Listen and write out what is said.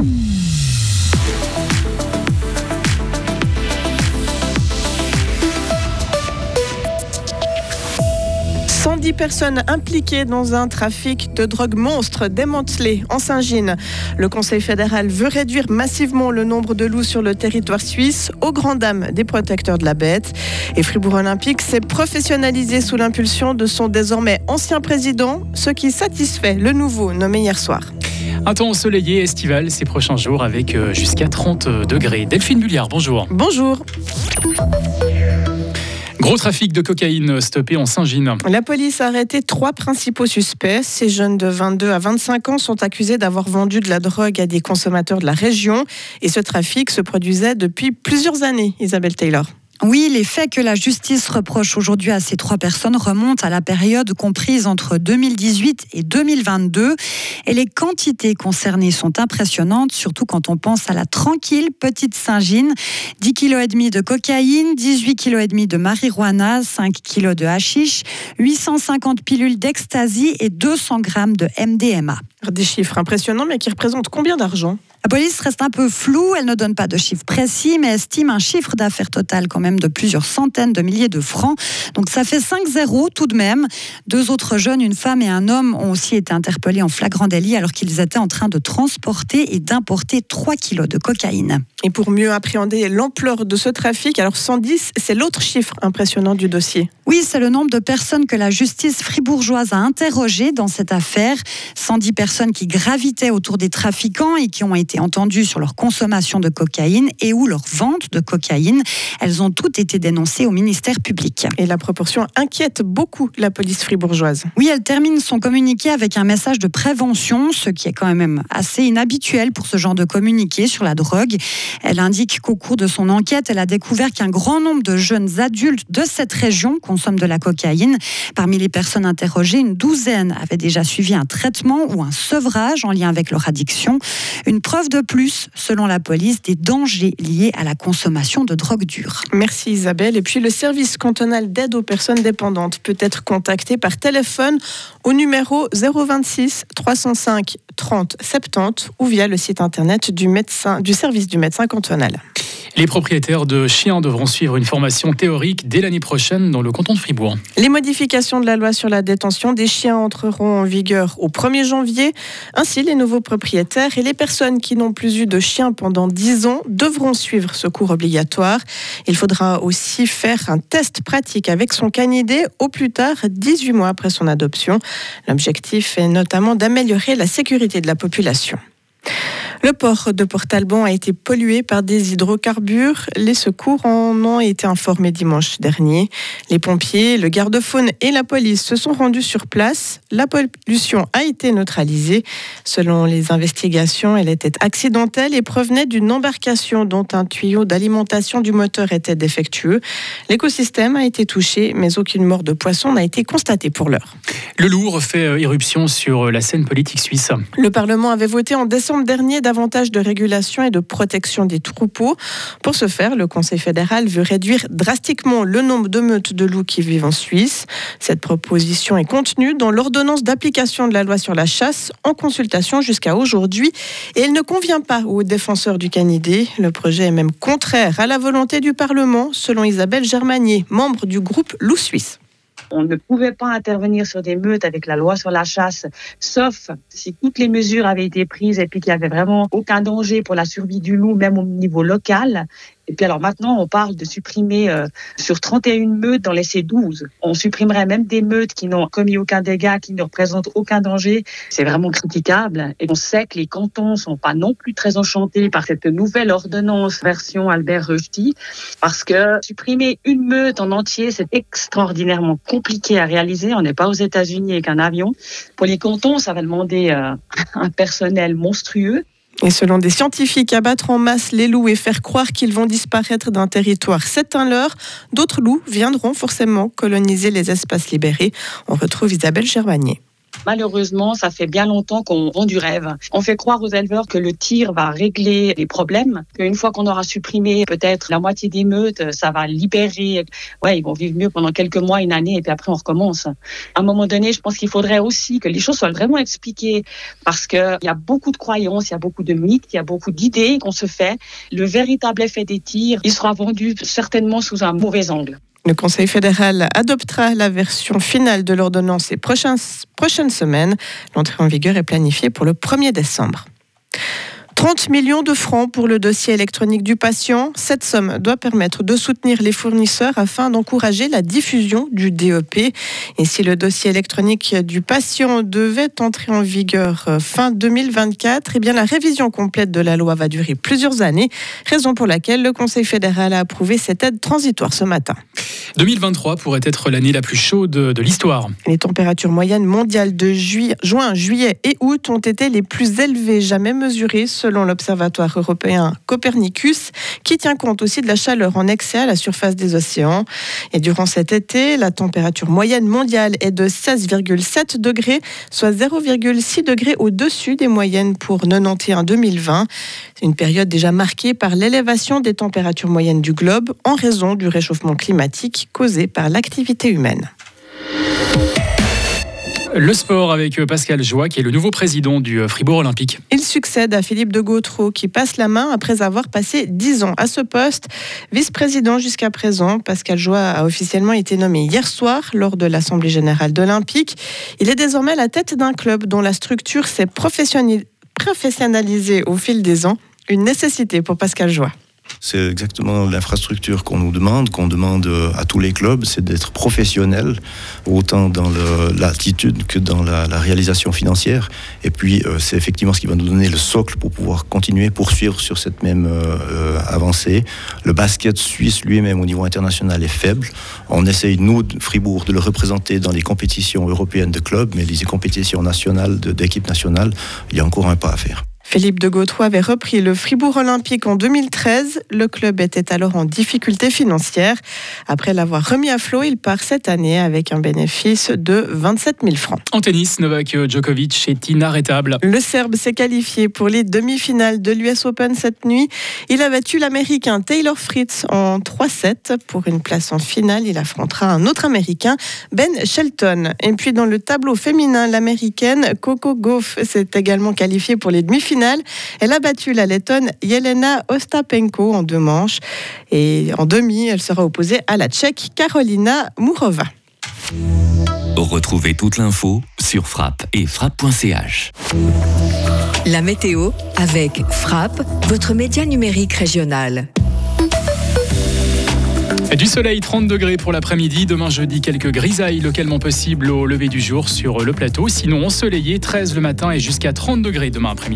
110 personnes impliquées dans un trafic de drogue monstre démantelé en Saint-Gine. Le Conseil fédéral veut réduire massivement le nombre de loups sur le territoire suisse aux grandes dames des protecteurs de la bête. Et Fribourg Olympique s'est professionnalisé sous l'impulsion de son désormais ancien président, ce qui satisfait le nouveau nommé hier soir. Un temps ensoleillé estival ces prochains jours avec jusqu'à 30 degrés. Delphine Bulliard, bonjour. Bonjour. Gros trafic de cocaïne stoppé en Saint-Gine. La police a arrêté 3 principaux suspects. Ces jeunes de 22 à 25 ans sont accusés d'avoir vendu de la drogue à des consommateurs de la région. Et ce trafic se produisait depuis plusieurs années, Isabelle Taylor. Oui, les faits que la justice reproche aujourd'hui à ces 3 personnes remontent à la période comprise entre 2018 et 2022. Et les quantités concernées sont impressionnantes, surtout quand on pense à la tranquille petite Saint-Gine. 10,5 kg de cocaïne, 18,5 kg de marijuana, 5 kg de hashish, 850 pilules d'ecstasy et 200 grammes de MDMA. Des chiffres impressionnants, mais qui représentent combien d'argent ? La police reste un peu floue, elle ne donne pas de chiffre précis, mais estime un chiffre d'affaires total quand même de plusieurs centaines de milliers de francs. Donc ça fait 5-0 tout de même. 2 autres jeunes, une femme et un homme, ont aussi été interpellés en flagrant délit alors qu'ils étaient en train de transporter et d'importer 3 kilos de cocaïne. Et pour mieux appréhender l'ampleur de ce trafic, alors 110, c'est l'autre chiffre impressionnant du dossier. Oui, c'est le nombre de personnes que la justice fribourgeoise a interrogées dans cette affaire. 110 personnes qui gravitaient autour des trafiquants et qui ont été entendues sur leur consommation de cocaïne et ou leur vente de cocaïne. Elles ont toutes été dénoncées au ministère public. Et la proportion inquiète beaucoup la police fribourgeoise. Oui, elle termine son communiqué avec un message de prévention, ce qui est quand même assez inhabituel pour ce genre de communiqué sur la drogue. Elle indique qu'au cours de son enquête, elle a découvert qu'un grand nombre de jeunes adultes de cette région consomment de la cocaïne. Parmi les personnes interrogées, une douzaine avaient déjà suivi un traitement ou un sevrage en lien avec leur addiction. Une preuve de plus, selon la police, des dangers liés à la consommation de drogue dure. Merci Isabelle. Et puis le service cantonal d'aide aux personnes dépendantes peut être contacté par téléphone au numéro 026 305 30 70 ou via le site internet du service du médecin cantonal. Les propriétaires de chiens devront suivre une formation théorique dès l'année prochaine dans le canton de Fribourg. Les modifications de la loi sur la détention des chiens entreront en vigueur au 1er janvier. Ainsi, les nouveaux propriétaires et les personnes qui n'ont plus eu de chien pendant 10 ans devront suivre ce cours obligatoire. Il faudra aussi faire un test pratique avec son canidé au plus tard 18 mois après son adoption. L'objectif est notamment d'améliorer la sécurité de la population. Le port de Port-Alban a été pollué par des hydrocarbures. Les secours en ont été informés dimanche dernier. Les pompiers, le garde-faune et la police se sont rendus sur place. La pollution a été neutralisée. Selon les investigations, elle était accidentelle et provenait d'une embarcation dont un tuyau d'alimentation du moteur était défectueux. L'écosystème a été touché, mais aucune mort de poisson n'a été constatée pour l'heure. Le loup refait irruption sur la scène politique suisse. Le Parlement avait voté en décembre dernier davantage de régulation et de protection des troupeaux. Pour ce faire, le Conseil fédéral veut réduire drastiquement le nombre de meutes de loups qui vivent en Suisse. Cette proposition est contenue dans l'ordonnance d'application de la loi sur la chasse en consultation jusqu'à aujourd'hui et elle ne convient pas aux défenseurs du canidé. Le projet est même contraire à la volonté du Parlement, selon Isabelle Germanier, membre du groupe Loup Suisse. On ne pouvait pas intervenir sur des meutes avec la loi sur la chasse, sauf si toutes les mesures avaient été prises et puis qu'il n'y avait vraiment aucun danger pour la survie du loup, même au niveau local. Et puis alors maintenant, on parle de supprimer sur 31 meutes d'en laisser 12. On supprimerait même des meutes qui n'ont commis aucun dégât, qui ne représentent aucun danger. C'est vraiment critiquable. Et on sait que les cantons ne sont pas non plus très enchantés par cette nouvelle ordonnance version Albert Rösti, parce que supprimer une meute en entier, c'est extraordinairement compliqué à réaliser. On n'est pas aux États-Unis avec un avion. Pour les cantons, ça va demander un personnel monstrueux. Et selon des scientifiques, abattre en masse les loups et faire croire qu'ils vont disparaître d'un territoire, c'est un leurre. D'autres loups viendront forcément coloniser les espaces libérés. On retrouve Isabelle Germanier. Malheureusement, ça fait bien longtemps qu'on vend du rêve. On fait croire aux éleveurs que le tir va régler les problèmes, qu'une fois qu'on aura supprimé peut-être la moitié des meutes, ça va libérer. Ouais, ils vont vivre mieux pendant quelques mois, une année, et puis après on recommence. À un moment donné, je pense qu'il faudrait aussi que les choses soient vraiment expliquées, parce qu'il y a beaucoup de croyances, il y a beaucoup de mythes, il y a beaucoup d'idées qu'on se fait. Le véritable effet des tirs, il sera vendu certainement sous un mauvais angle. Le Conseil fédéral adoptera la version finale de l'ordonnance ces prochaines semaines. L'entrée en vigueur est planifiée pour le 1er décembre. 30 millions de francs pour le dossier électronique du patient. Cette somme doit permettre de soutenir les fournisseurs afin d'encourager la diffusion du DEP. Et si le dossier électronique du patient devait entrer en vigueur fin 2024, eh bien la révision complète de la loi va durer plusieurs années, raison pour laquelle le Conseil fédéral a approuvé cette aide transitoire ce matin. 2023 pourrait être l'année la plus chaude de l'histoire. Les températures moyennes mondiales de juin, juillet et août ont été les plus élevées jamais mesurées selon l'Observatoire européen Copernicus, qui tient compte aussi de la chaleur en excès à la surface des océans. Et durant cet été, la température moyenne mondiale est de 16,7 degrés, soit 0,6 degrés au-dessus des moyennes pour 91-2020. C'est une période déjà marquée par l'élévation des températures moyennes du globe en raison du réchauffement climatique causé par l'activité humaine. Le sport avec Pascal Joie, qui est le nouveau président du Fribourg Olympique. Il succède à Philippe de Gautreau, qui passe la main après avoir passé 10 ans à ce poste. Vice-président jusqu'à présent, Pascal Joie a officiellement été nommé hier soir lors de l'Assemblée générale d'Olympique. Il est désormais à la tête d'un club dont la structure s'est professionnalisée au fil des ans. Une nécessité pour Pascal Joie. C'est exactement l'infrastructure qu'on demande à tous les clubs, c'est d'être professionnel, autant dans l'attitude que dans la réalisation financière. Et puis, c'est effectivement ce qui va nous donner le socle pour pouvoir continuer, poursuivre sur cette même avancée. Le basket suisse lui-même au niveau international est faible. On essaye, nous, Fribourg, de le représenter dans les compétitions européennes de clubs, mais les compétitions nationales, d'équipes nationales, il y a encore un pas à faire. Philippe de Gautreau avait repris le Fribourg Olympique en 2013. Le club était alors en difficulté financière. Après l'avoir remis à flot, il part cette année avec un bénéfice de 27 000 francs. En tennis, Novak Djokovic est inarrêtable. Le Serbe s'est qualifié pour les demi-finales de l'US Open cette nuit. Il a battu l'Américain Taylor Fritz en 3-7. Pour une place en finale, il affrontera un autre Américain, Ben Shelton. Et puis dans le tableau féminin, l'Américaine Coco Gauff s'est également qualifiée pour les demi-finales. Elle a battu la Lettonne Jelena Ostapenko en 2 manches. Et en demi, elle sera opposée à la Tchèque Karolina Mourova. Retrouvez toute l'info sur Frappe et frappe.ch. La météo avec Frappe, votre média numérique régional. Du soleil, 30 degrés pour l'après-midi. Demain jeudi, quelques grisailles localement possibles au lever du jour sur le plateau. Sinon ensoleillé, 13 le matin et jusqu'à 30 degrés demain après-midi.